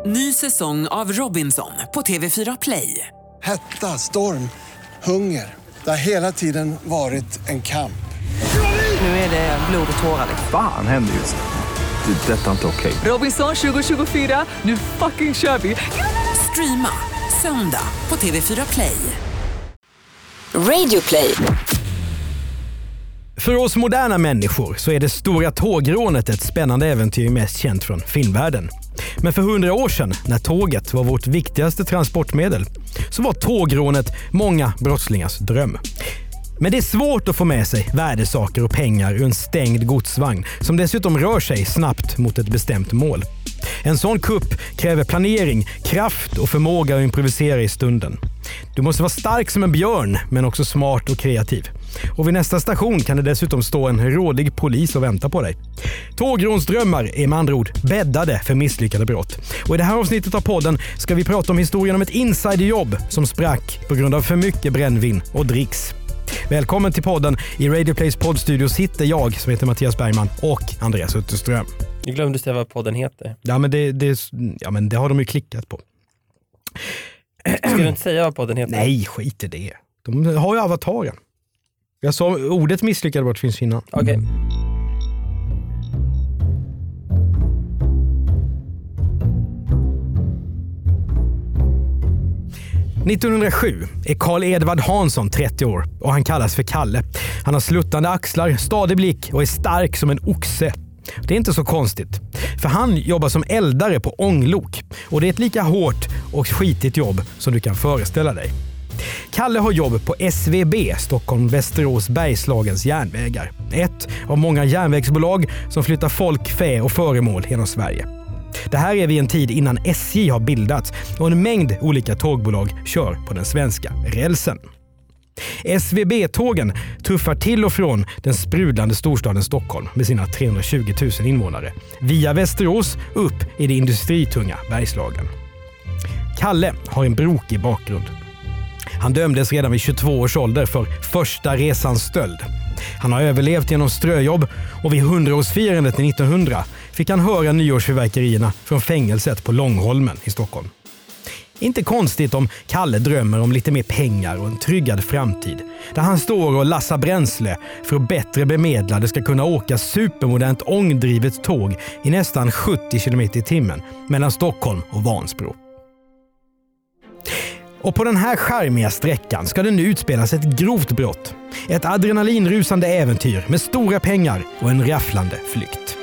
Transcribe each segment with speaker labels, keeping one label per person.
Speaker 1: Ny säsong av Robinson på TV4 Play.
Speaker 2: Hetta, storm, hunger. Det har hela tiden varit en kamp.
Speaker 1: Nu är det blod och tårar.
Speaker 3: Fan händer just nu. Det. Detta är inte okej.
Speaker 1: Robinson 2024, nu fucking kör vi. Streama söndag på TV4 Play.
Speaker 4: Radio Play.
Speaker 5: För oss moderna människor så är det stora tågrånet ett spännande äventyr mest känt från filmvärlden. Men för 100 år sedan, när tåget var vårt viktigaste transportmedel, så var tågrånet många brottslingars dröm. Men det är svårt att få med sig värdesaker och pengar ur en stängd godsvagn som dessutom rör sig snabbt mot ett bestämt mål. En sån kupp kräver planering, kraft och förmåga att improvisera i stunden. Du måste vara stark som en björn, men också smart och kreativ. Och vid nästa station kan det dessutom stå en rådig polis och vänta på dig. Tågrånsdrömmar är med andra ord bäddade för misslyckade brott. Och i det här avsnittet av podden ska vi prata om historien om ett insiderjobb som sprack på grund av för mycket brännvin och dricks. Välkommen till podden. I Radio Plays poddstudio sitter jag, som heter Mattias Bergman, och Andreas Utterström.
Speaker 6: Jag glömde säga vad podden heter.
Speaker 5: Ja, men det har de ju klickat på.
Speaker 6: Ska du inte säga vad podden heter?
Speaker 5: Nej, skit i det. De har ju avataren. Jag sa ordet misslyckade brott finns innan.
Speaker 6: Okej.
Speaker 5: –1907 är Carl Edvard Hansson 30 år och han kallas för Kalle. Han har sluttande axlar, stadig blick och är stark som en oxe. Det är inte så konstigt, för han jobbar som eldare på ånglok och det är ett lika hårt och skitigt jobb som du kan föreställa dig. Kalle har jobb på SVB, Stockholm, Västerås, Bergslagens järnvägar. Ett av många järnvägsbolag som flyttar folk, fä och föremål genom Sverige. Det här är vid en tid innan SJ har bildats och en mängd olika tågbolag kör på den svenska rälsen. SVB-tågen tuffar till och från den sprudlande storstaden Stockholm med sina 320 000 invånare. Via Västerås upp i det industritunga Bergslagen. Kalle har en brokig bakgrund. Han dömdes redan vid 22 års ålder för första resans stöld. Han har överlevt genom ströjobb och vid 100-årsfirandet 1900 fick han höra nyårsfyrverkerierna från fängelset på Långholmen i Stockholm. Inte konstigt om Kalle drömmer om lite mer pengar och en tryggad framtid, där han står och lassar bränsle för att bättre bemedlade ska kunna åka supermodernt ångdrivet tåg i nästan 70 km i timmen mellan Stockholm och Vansbro. Och på den här charmiga sträckan ska det nu utspelas ett grovt brott. Ett adrenalinrusande äventyr med stora pengar och en rafflande flykt.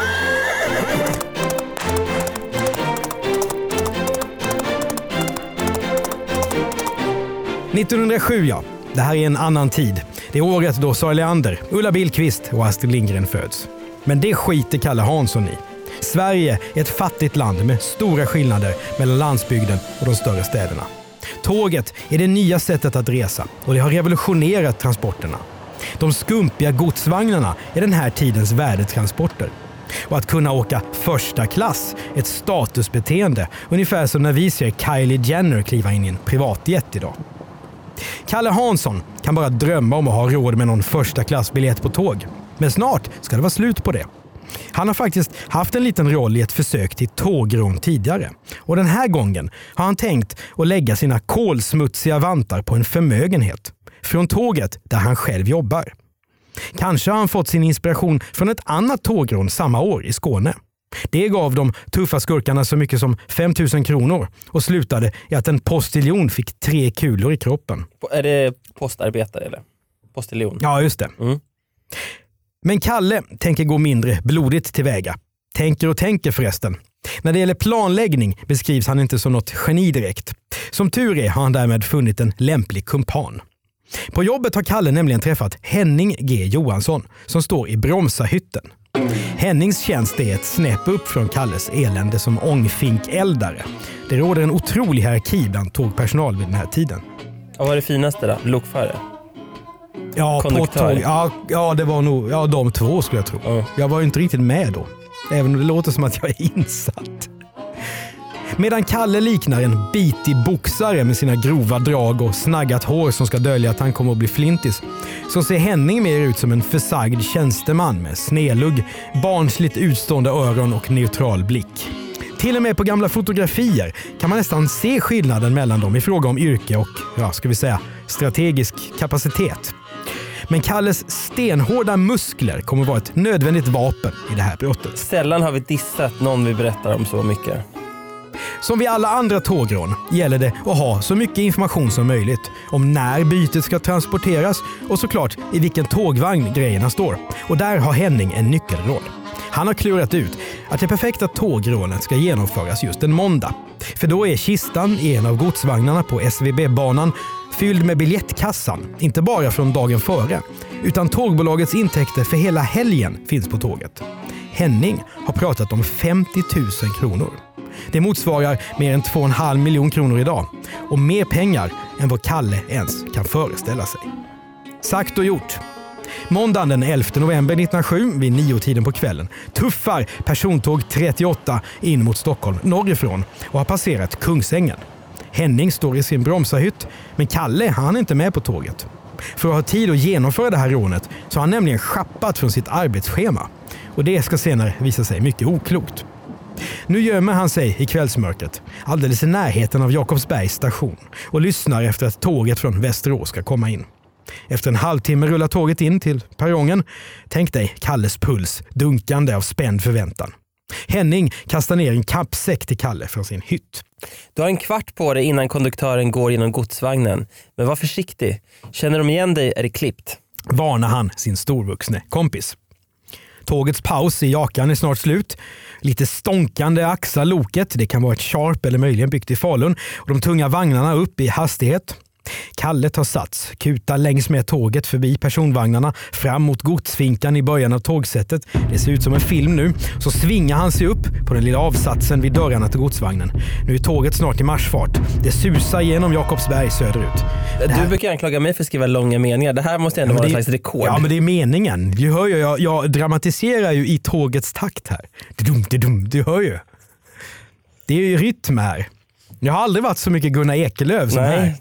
Speaker 5: –1907, ja. Det här är en annan tid. Det är året då Sara Leander, Ulla Billqvist och Astrid Lindgren föds. Men det skiter Kalle Hansson i. Sverige är ett fattigt land med stora skillnader mellan landsbygden och de större städerna. Tåget är det nya sättet att resa och det har revolutionerat transporterna. De skumpiga godsvagnarna är den här tidens värdetransporter. Och att kunna åka första klass är ett statusbeteende, ungefär som när vi ser Kylie Jenner kliva in i en privatjet idag. Kalle Hansson kan bara drömma om att ha råd med någon första klassbiljett på tåg. Men snart ska det vara slut på det. Han har faktiskt haft en liten roll i ett försök till tågrån tidigare. Och den här gången har han tänkt att lägga sina kolsmutsiga vantar på en förmögenhet. Från tåget där han själv jobbar. Kanske har han fått sin inspiration från ett annat tågrån samma år i Skåne. Det gav de tuffa skurkarna så mycket som 5 000 kronor och slutade i att en postiljon fick 3 kulor i kroppen.
Speaker 6: Är det postarbetare eller? Postiljon?
Speaker 5: Ja, just det.
Speaker 6: Mm.
Speaker 5: Men Kalle tänker gå mindre blodigt tillväga. Tänker förresten. När det gäller planläggning beskrivs han inte som något geni direkt. Som tur är har han därmed funnit en lämplig kumpan. På jobbet har Kalle nämligen träffat Henning G. Johansson som står i bromsahytten. Hennings tjänst är ett snäpp upp från Kalles elände som ångfinkeldare. Det råder en otrolig hierarki bland tågpersonal vid den här tiden.
Speaker 6: Och vad är det finaste då? Lokförare?
Speaker 5: Ja, på tåg. Ja, det var nog de två skulle jag tro. Jag var ju inte riktigt med då. Även om det låter som att jag är insatt. Medan Kalle liknar en bitig boxare med sina grova drag och snaggat hår som ska dölja att han kommer att bli flintis, så ser Henning mer ut som en försagd tjänsteman med snelugg, barnsligt utstående öron och neutral blick. Till och med på gamla fotografier kan man nästan se skillnaden mellan dem i fråga om yrke och, ska vi säga, strategisk kapacitet. Men Kalles stenhårda muskler kommer vara ett nödvändigt vapen i det här brottet.
Speaker 6: Sällan har vi dissat någon vi berättar om så mycket.
Speaker 5: Som vid alla andra tågrån gäller det att ha så mycket information som möjligt om när bytet ska transporteras och såklart i vilken tågvagn grejerna står. Och där har Henning en nyckelroll. Han har klurat ut att det perfekta tågrånet ska genomföras just en måndag. För då är kistan i en av godsvagnarna på SVB-banan fylld med biljettkassan, inte bara från dagen före, utan tågbolagets intäkter för hela helgen finns på tåget. Henning har pratat om 50 000 kronor. Det motsvarar mer än 2,5 miljoner kronor idag och mer pengar än vad Kalle ens kan föreställa sig. Sagt och gjort. Måndagen den 11 november 1907 vid 9-tiden på kvällen tuffar persontåg 38 in mot Stockholm norrifrån och har passerat Kungsängen. Henning står i sin bromsarhytt, men Kalle han är inte med på tåget. För att ha tid att genomföra det här rånet så har han nämligen schappat från sitt arbetsschema. Och det ska senare visa sig mycket oklokt. Nu gömmer han sig i kvällsmörkret, alldeles i närheten av Jakobsbergs station och lyssnar efter att tåget från Västerås ska komma in. Efter en halvtimme rullar tåget in till perrongen. Tänk dig Kalles puls, dunkande av spänd förväntan. Henning kastar ner en kappsäck till Kalle från sin hytt.
Speaker 6: Du har en kvart på dig innan konduktören går genom godsvagnen. Men var försiktig. Känner de igen dig är det klippt.
Speaker 5: Varnar han sin storvuxne kompis. Tågets paus i Jakan är snart slut. Lite stånkande axar loket. Det kan vara ett Sharp eller möjligen byggt i Falun. Och de tunga vagnarna upp i hastighet. Kalle tar sats, kutar längs med tåget förbi personvagnarna fram mot godsfinkan i början av tågsättet. Det ser ut som en film nu. Så svingar han sig upp på den lilla avsatsen vid dörrarna till godsvagnen. Nu är tåget snart i marschfart. Det susar genom Jakobsberg söderut.
Speaker 6: Du brukar anklaga mig för att skriva långa meningar. Det här måste ändå vara en slags rekord.
Speaker 5: Ja, men det är meningen. Du hör ju, jag dramatiserar ju i tågets takt här. Du hör ju. Det är ju rytm här. Jag har aldrig varit så mycket Gunnar Ekelöf som här.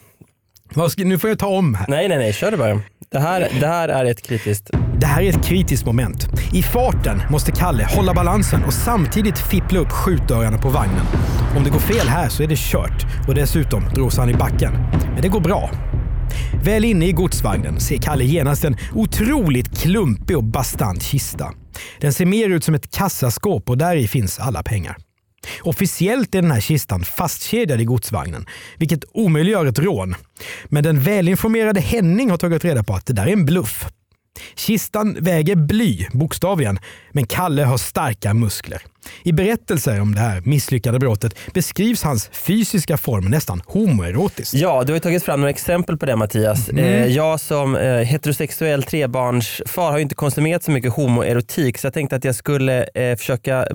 Speaker 5: Nu får jag ta om här.
Speaker 6: Nej, kör det bara. Det här är ett kritiskt...
Speaker 5: Det här är ett kritiskt moment. I farten måste Kalle hålla balansen och samtidigt fippla upp skjutdörrarna på vagnen. Om det går fel här så är det kört och dessutom dros han i backen. Men det går bra. Väl inne i godsvagnen ser Kalle genast en otroligt klumpig och bastant kista. Den ser mer ut som ett kassaskåp och där i finns alla pengar. Officiellt är den här kistan fastkedjad i godsvagnen, vilket omöjliggör ett rån. Men den välinformerade Henning har tagit reda på att det där är en bluff. Kistan väger bly, bokstavligen, men Kalle har starka muskler. I berättelser om det här misslyckade brottet beskrivs hans fysiska form nästan homoerotiskt.
Speaker 6: Ja, du har tagit fram några exempel på det, Mattias. Jag som heterosexuell trebarnsfar har ju inte konsumerat så mycket homoerotik, så jag tänkte att jag skulle försöka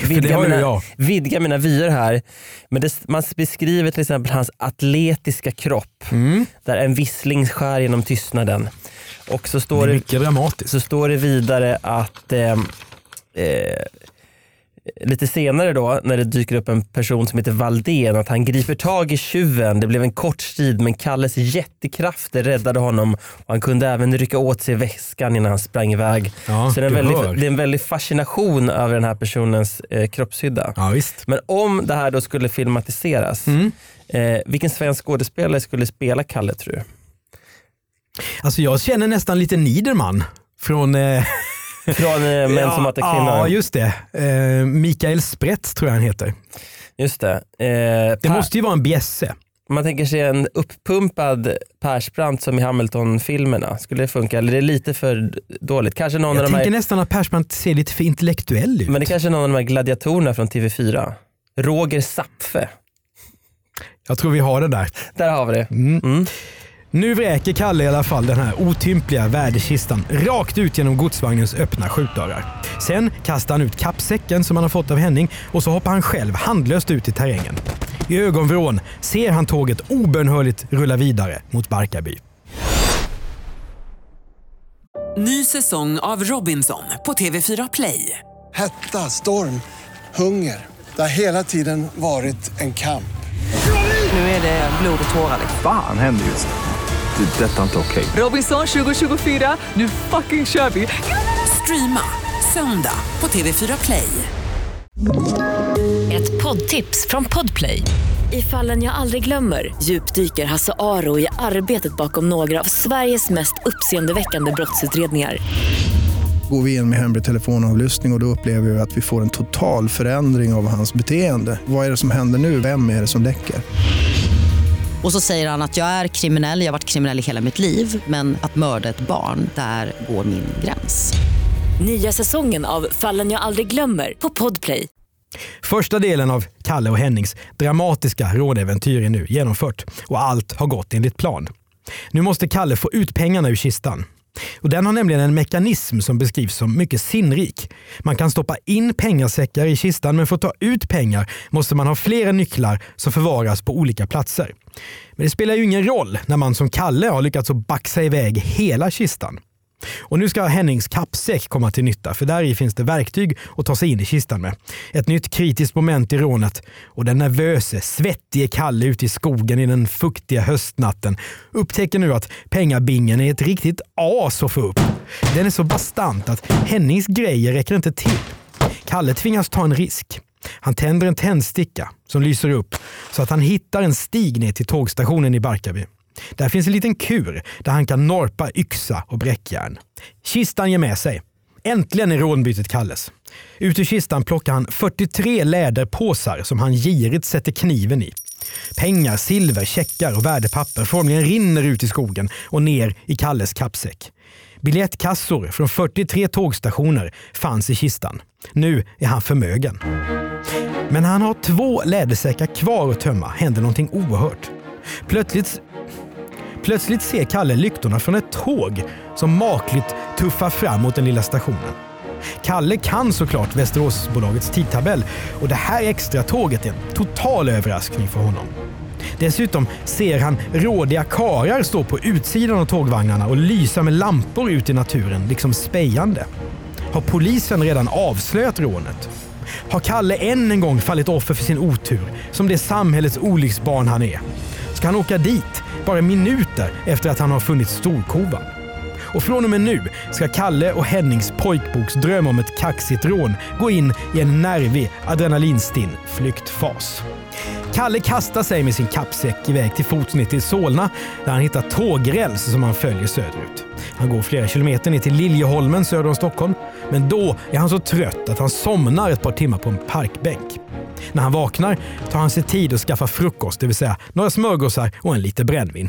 Speaker 6: vidga mina vyer här. Men man beskriver till exempel hans atletiska kropp, där en vissling skär genom tystnaden. Och så står
Speaker 5: det är mycket dramatiskt.
Speaker 6: Så står det vidare att lite senare då, när det dyker upp en person som heter Valdén, att han griper tag i tjuven. Det blev en kort strid, men Kalles jättekrafter räddade honom och han kunde även rycka åt sig väskan innan han sprang iväg.
Speaker 5: Ja,
Speaker 6: så det är en väldig fascination över den här personens kroppshydda.
Speaker 5: Ja, visst.
Speaker 6: Men om det här då skulle filmatiseras, vilken svensk skådespelare skulle spela Kalle, tror du?
Speaker 5: Alltså jag känner nästan lite Niederman från
Speaker 6: Män som hatar kvinnor.
Speaker 5: Ja, just det. Mikael Sprätt tror jag han heter.
Speaker 6: Just det.
Speaker 5: Det måste ju vara en bjässe.
Speaker 6: Man tänker sig en uppumpad Persbrandt som i Hamilton-filmerna. Skulle det funka? Eller är det lite för dåligt? Kanske någon
Speaker 5: jag
Speaker 6: av de
Speaker 5: tänker nästan att Persbrandt ser lite för intellektuell ut.
Speaker 6: Men det är kanske någon av de här gladiatorerna från TV4. Roger Zapfe.
Speaker 5: Jag tror vi har det där.
Speaker 6: Där har vi det.
Speaker 5: Nu vräker Kalle i alla fall den här otympliga värdekistan rakt ut genom godsvagnens öppna skjutdörrar. Sen kastar han ut kappsäcken som han har fått av Henning och så hoppar han själv handlöst ut i terrängen. I ögonvrån ser han tåget obönhörligt rulla vidare mot Barkarby.
Speaker 1: Ny säsong av Robinson på TV4 Play.
Speaker 2: Hetta, storm, hunger. Det har hela tiden varit en kamp.
Speaker 1: Nu är det blod och tårar.
Speaker 3: Fan händer just det. Det är detta inte okej.
Speaker 1: Robinson 2024, nu fucking kör vi. Streama söndag på TV4 Play.
Speaker 4: Ett Ett poddtips från Podplay. I Fallen jag aldrig glömmer djupdyker Hasse Aro i arbetet bakom några av Sveriges mest uppseendeväckande brottsutredningar.
Speaker 7: Går vi in med hemlig telefonavlyssning och då upplever vi att vi får en total förändring av hans beteende. Vad är det som händer nu? Vem är det som läcker?
Speaker 8: Och så säger han att jag är kriminell, jag har varit kriminell i hela mitt liv. Men att mörda ett barn, där går min gräns.
Speaker 4: Nya säsongen av Fallen jag aldrig glömmer på Podplay.
Speaker 5: Första delen av Kalle och Hennings dramatiska rånäventyr är nu genomfört och allt har gått enligt plan. Nu måste Kalle få ut pengarna ur kistan. Och den har nämligen en mekanism som beskrivs som mycket sinnrik. Man kan stoppa in pengasäckar i kistan, men för att ta ut pengar måste man ha flera nycklar som förvaras på olika platser. Men det spelar ju ingen roll när man som Kalle har lyckats att baxa iväg hela kistan. Och nu ska Hennings kappsäck komma till nytta, för där i finns det verktyg att ta sig in i kistan med. Ett nytt kritiskt moment i rånet, och den nervöse, svettige Kalle ute i skogen i den fuktiga höstnatten upptäcker nu att pengabingen är ett riktigt as att få upp. Den är så bastant att Hennings grejer räcker inte till. Kalle tvingas ta en risk. Han tänder en tändsticka som lyser upp så att han hittar en stig ner till tågstationen i Barkarby. Där finns en liten kur där han kan norpa yxa och bräckjärn. Kistan ger med sig. Äntligen är rånbytet Kalles. Ut ur kistan plockar han 43 läderpåsar som han girigt sätter kniven i. Pengar, silver, checkar och värdepapper formligen rinner ut i skogen och ner i Kalles kappsäck. Biljettkassor från 43 tågstationer fanns i kistan. Nu är han förmögen. Men han har 2 lädersäckar kvar att tömma. Händer någonting oerhört. Plötsligt ser Kalle lyktorna från ett tåg som makligt tuffar fram mot den lilla stationen. Kalle kan såklart Västeråsbolagets tidtabell, och det här extra tåget är en total överraskning för honom. Dessutom ser han rådiga karar stå på utsidan av tågvagnarna och lysa med lampor ut i naturen, liksom spejande. Har polisen redan avslöjat rånet? Har Kalle än en gång fallit offer för sin otur, som det samhällets olycksbarn han är? Ska han åka dit bara minuter efter att han har funnit storkovan? Och från och med nu ska Kalle och Hennings pojkboksdröm om ett kaxigt rån gå in i en nervig, adrenalinstinn flyktfas. Kalle kastar sig med sin kappsäck iväg till fots ner till Solna, där han hittar tågräls som han följer söderut. Han går flera kilometer ner till Liljeholmen söder om Stockholm, men då är han så trött att han somnar ett par timmar på en parkbänk. När han vaknar tar han sig tid att skaffa frukost, det vill säga några smörgåsar och en lite brännvin.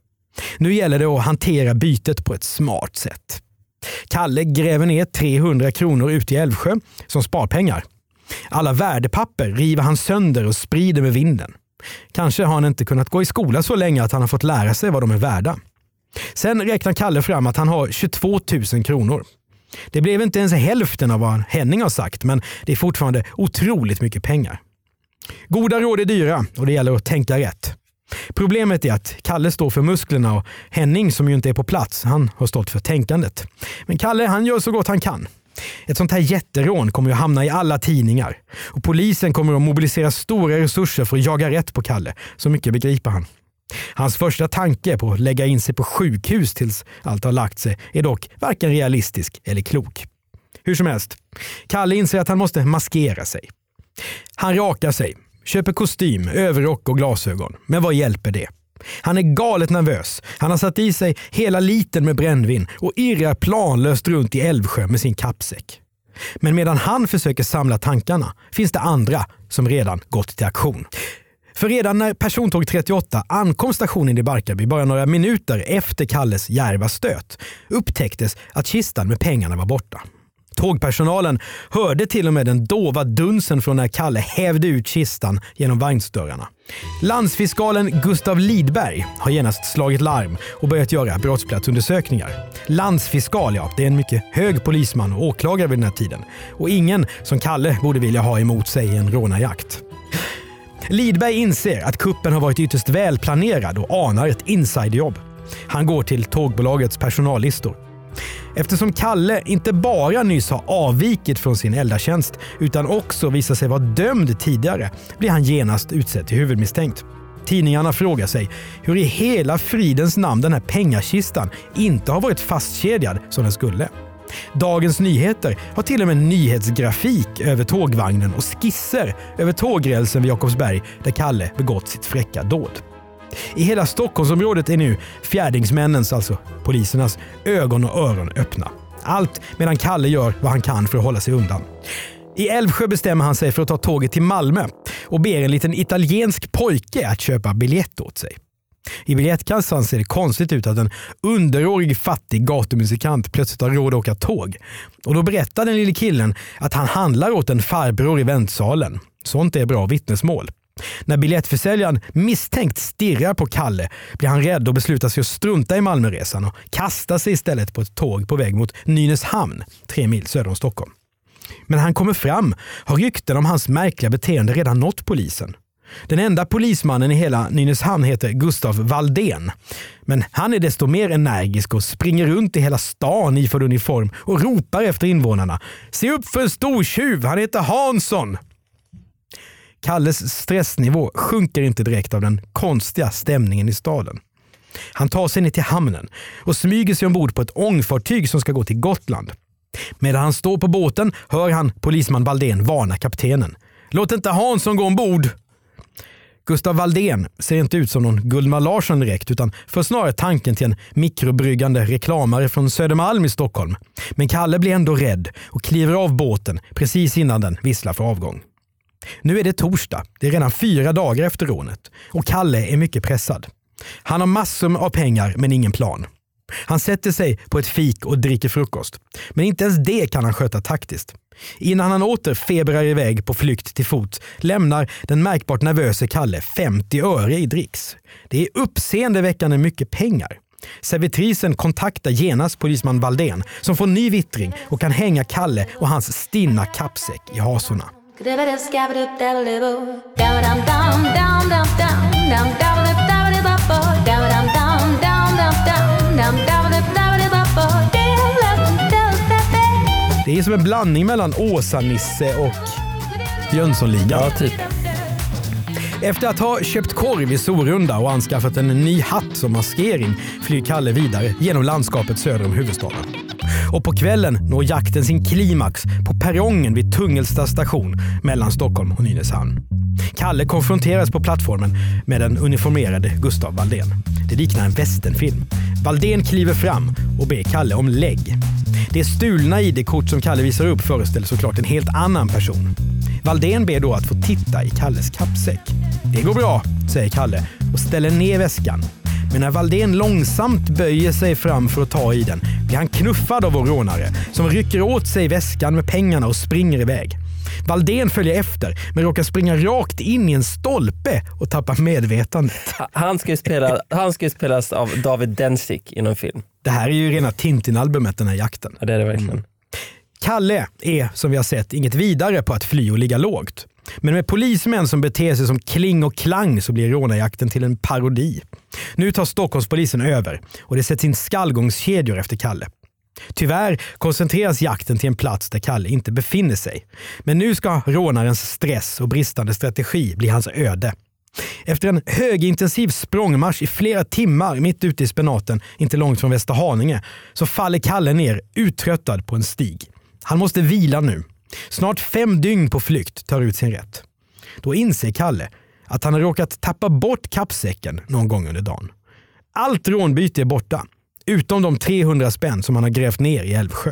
Speaker 5: Nu gäller det att hantera bytet på ett smart sätt. Kalle gräver ner 300 kronor ut i Älvsjö som sparpengar. Alla värdepapper river han sönder och sprider med vinden. Kanske har han inte kunnat gå i skola så länge att han har fått lära sig vad de är värda. Sen räknar Kalle fram att han har 22 000 kronor. Det blev inte ens hälften av vad Henning har sagt, men det är fortfarande otroligt mycket pengar. Goda råd är dyra och det gäller att tänka rätt. Problemet är att Kalle står för musklerna och Henning, som ju inte är på plats, han har stått för tänkandet. Men Kalle, han gör så gott han kan. Ett sånt här jätterån kommer ju hamna i alla tidningar. Och polisen kommer att mobilisera stora resurser för att jaga rätt på Kalle. Så mycket begriper han. Hans första tanke på att lägga in sig på sjukhus tills allt har lagt sig är dock varken realistisk eller klok. Hur som helst, Kalle inser att han måste maskera sig. Han rakar sig, köper kostym, överrock och glasögon. Men vad hjälper det? Han är galet nervös. Han har satt i sig hela liten med brännvin och irrar planlöst runt i Älvsjö med sin kappsäck. Men medan han försöker samla tankarna finns det andra som redan gått till aktion. För redan när persontåg 38 ankom stationen i Barkarby bara några minuter efter Kalles djärva stöt upptäcktes att kistan med pengarna var borta. Tågpersonalen hörde till och med den dova dunsen från när Kalle hävde ut kistan genom vagnsdörrarna. Landsfiskalen Gustav Lidberg har genast slagit larm och börjat göra brottsplatsundersökningar. Landsfiskal, ja, det är en mycket hög polisman och åklagare vid den här tiden. Och ingen som Kalle borde vilja ha emot sig i en rånarjakt. Lidberg inser att kuppen har varit ytterst välplanerad och anar ett insiderjobb. Han går till tågbolagets personallistor. Eftersom Kalle inte bara nyss har avvikit från sin eldartjänst utan också visar sig vara dömd tidigare blir han genast utsedd till huvudmisstänkt. Tidningarna frågar sig hur i hela fridens namn den här pengakistan inte har varit fastkedjad som den skulle. Dagens Nyheter har till och med nyhetsgrafik över tågvagnen och skisser över tågrälsen vid Jakobsberg där Kalle begått sitt fräcka dåd. I hela Stockholmsområdet är nu fjärdingsmännens, alltså polisernas, ögon och öron öppna. Allt medan Kalle gör vad han kan för att hålla sig undan. I Älvsjö bestämmer han sig för att ta tåget till Malmö och ber en liten italiensk pojke att köpa biljett åt sig. I biljettkassan ser det konstigt ut att en underårig fattig gatumusikant plötsligt har råd att åka tåg. Och då berättar den lille killen att han handlar åt en farbror i väntsalen. Sånt är bra vittnesmål. När biljettförsäljaren misstänkt stirrar på Kalle blir han rädd och beslutar sig att strunta i Malmöresan och kastar sig istället på ett tåg på väg mot Nynäshamn, 3 mil söder om Stockholm. Men han kommer fram har rykten om hans märkliga beteende redan nått polisen. Den enda polismannen i hela Nynäshamn heter Gustav Valdén. Men han är desto mer energisk och springer runt i hela stan iförd uniform och ropar efter invånarna. Se upp för en stor tjuv, han heter Hansson! Kalles stressnivå sjunker inte direkt av den konstiga stämningen i staden. Han tar sig ner till hamnen och smyger sig ombord på ett ångfartyg som ska gå till Gotland. Medan han står på båten hör han polisman Valdén varna kaptenen. Låt inte Hansson gå ombord! Gustav Valdén ser inte ut som någon Gullmar Larsson direkt utan för snarare tanken till en mikrobryggande reklamare från Södermalm i Stockholm. Men Kalle blir ändå rädd och kliver av båten precis innan den visslar för avgång. Nu är det torsdag, det är redan 4 dagar efter rånet och Kalle är mycket pressad. Han har massor av pengar men ingen plan. Han sätter sig på ett fik och dricker frukost. Men inte ens det kan han sköta taktiskt. Innan han åter febrar iväg på flykt till fot lämnar den märkbart nervöse Kalle 50 öre i dricks. Det är uppseendeväckande mycket pengar. Servitrisen kontaktar genast polisman Valdén som får ny vittring och kan hänga Kalle och hans stinna kappsäck i hasorna. Det är som en blandning mellan Åsa-Nisse och Jönssonligan.
Speaker 6: Ja, typ.
Speaker 5: Efter att ha köpt korv i Sorunda och anskaffat en ny hatt som maskering flyr Kalle vidare genom landskapet söder om huvudstaden. Och på kvällen når jakten sin klimax på perrongen vid Tungelsta station mellan Stockholm och Nynäshamn. Kalle konfronteras på plattformen med den uniformerade Gustav Valdén. Det liknar en westernfilm. Valdén kliver fram och ber Kalle om lägg. Det stulna ID-kort som Kalle visar upp föreställer såklart en helt annan person. Valdén ber då att få titta i Kalles kappsäck. Det går bra, säger Kalle och ställer ner väskan. Men när Valdén långsamt böjer sig fram för att ta i den blir han knuffad av vår rånare som rycker åt sig väskan med pengarna och springer iväg. Valdén följer efter men råkar springa rakt in i en stolpe och tappar medvetandet.
Speaker 6: Han ska ju spelas av David Dencik i någon film.
Speaker 5: Det här är ju rena Tintin-albumet, den här jakten.
Speaker 6: Ja, det är det verkligen.
Speaker 5: Kalle är, som vi har sett, inget vidare på att fly och ligga lågt. Men med polismän som beter sig som Kling och Klang så blir rånarjakten till en parodi. Nu tar Stockholmspolisen över och det sätts in skallgångskedjor efter Kalle. Tyvärr koncentreras jakten till en plats där Kalle inte befinner sig. Men nu ska rånarens stress och bristande strategi bli hans öde. Efter en högintensiv språngmarsch i flera timmar mitt ute i spenaten, inte långt från Västerhaninge, så faller Kalle ner uttröttad på en stig. Han måste vila nu. Snart 5 dygn på flykt tar ut sin rätt. Då inser Kalle att han har råkat tappa bort kappsäcken någon gång under dagen. Allt rånbyte är borta, utom de 300 spänn som han har grävt ner i Älvsjö.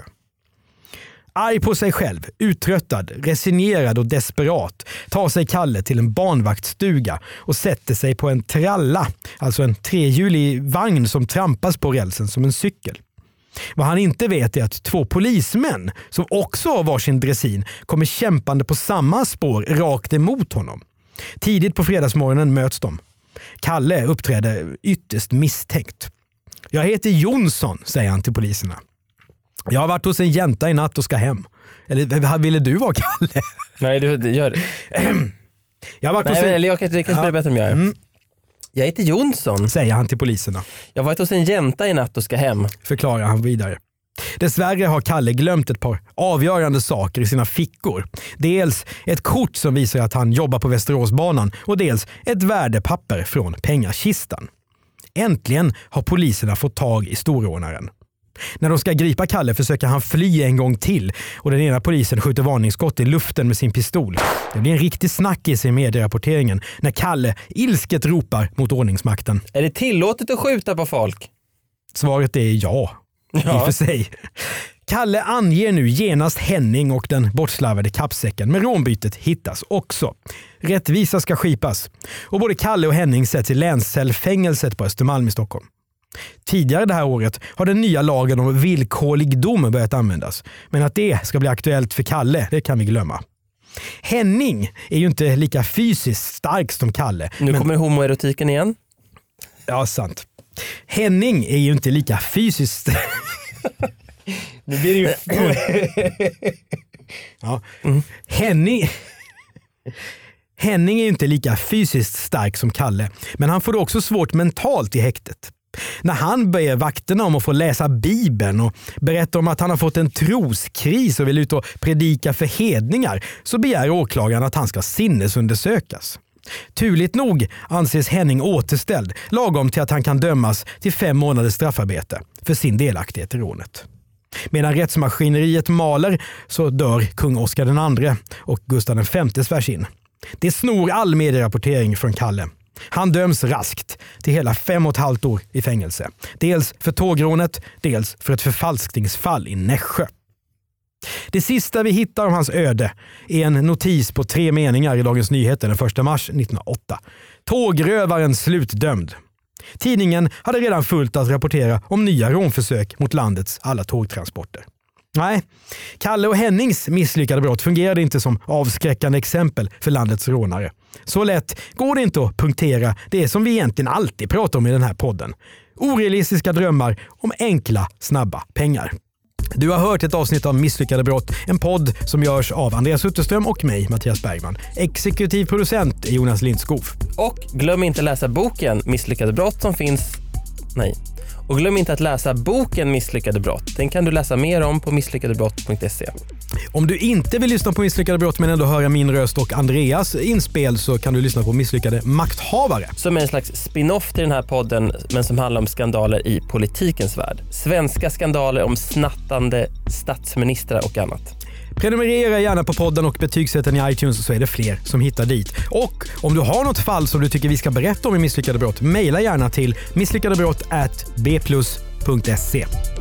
Speaker 5: Arg på sig själv, uttröttad, resignerad och desperat tar sig Kalle till en barnvaktstuga och sätter sig på en tralla, alltså en 3-hjulig vagn som trampas på rälsen som en cykel. Vad han inte vet är att 2 polismän som också har varsin dressin kommer kämpande på samma spår rakt emot honom. Tidigt på fredagsmorgonen möts de. Kalle uppträder ytterst misstänkt. Jag heter Jonsson, säger han till poliserna. Jag har varit hos en jänta i natt och ska hem. Eller ville du vara Kalle?
Speaker 6: Nej, du gör det.
Speaker 5: Jag har varit hos en...
Speaker 6: Jag kan spela bättre om jag är. Jag heter Jonsson,
Speaker 5: säger han till poliserna.
Speaker 6: Jag har varit hos en jänta i natt och ska hem,
Speaker 5: förklarar han vidare. Dessvärre har Kalle glömt ett par avgörande saker i sina fickor. Dels ett kort som visar att han jobbar på Västeråsbanan och dels ett värdepapper från pengakistan. Äntligen har poliserna fått tag i storrånaren. När de ska gripa Kalle försöker han fly en gång till och den ena polisen skjuter varningsskott i luften med sin pistol. Det blir en riktig snackis i medierapporteringen när Kalle ilsket ropar mot ordningsmakten.
Speaker 6: Är det tillåtet att skjuta på folk?
Speaker 5: Svaret är ja. I och för sig. Kalle anger nu genast Henning och den bortslarvade kappsäcken, men rånbytet hittas också. Rättvisa ska skipas. Och både Kalle och Henning sätts i länscellfängelset på Östermalm i Stockholm. Tidigare det här året har den nya lagen om villkorlig dom börjat användas. Men att det ska bli aktuellt för Kalle, det kan vi glömma. Henning är ju inte lika fysiskt stark som Kalle.
Speaker 6: Nu kommer homoerotiken igen.
Speaker 5: Ja, sant. Henning är ju inte lika fysiskt... Nu blir det ju... ja. Henning är ju inte lika fysiskt stark som Kalle, men han får det också svårt mentalt i häktet. När han ber vakterna om att få läsa Bibeln och berättar om att han har fått en troskris och vill ut och predika för hedningar, så begär åklagaren att han ska sinnesundersökas. Turligt nog anses Henning återställd, lagom till att han kan dömas till 5 månaders straffarbete för sin delaktighet i rånet. Medan rättsmaskineriet maler så dör kung Oscar II och Gustav V's svärs in. Det snor all medierapportering från Kalle. Han döms raskt till hela 5,5 år i fängelse. Dels för tågrånet, dels för ett förfalskningsfall i Nässjö. Det sista vi hittar om hans öde är en notis på 3 meningar i Dagens Nyheter den 1 mars 1908. Tågrövaren slutdömd. Tidningen hade redan fullt att rapportera om nya rånförsök mot landets alla tågtransporter. Nej, Kalle och Hennings misslyckade brott fungerade inte som avskräckande exempel för landets rånare. Så lätt går det inte att punktera det som vi egentligen alltid pratar om i den här podden. Orealistiska drömmar om enkla, snabba pengar. Du har hört ett avsnitt av Misslyckade brott, en podd som görs av Andreas Utterström och mig, Mattias Bergman. Exekutiv producent är Jonas Lindskov.
Speaker 6: Och glöm inte läsa boken Misslyckade brott som finns... Nej. Och glöm inte att läsa boken Misslyckade brott. Den kan du läsa mer om på misslyckadebrott.se.
Speaker 5: Om du inte vill lyssna på Misslyckade brott men ändå höra min röst och Andreas inspel, så kan du lyssna på Misslyckade makthavare.
Speaker 6: Som är en slags spin-off till den här podden, men som handlar om skandaler i politikens värld. Svenska skandaler om snattande statsministrar och annat.
Speaker 5: Prenumerera gärna på podden och betygsätt den i iTunes, så är det fler som hittar dit. Och om du har något fall som du tycker vi ska berätta om i Misslyckade brott, mejla gärna till misslyckadebrott@bplus.se.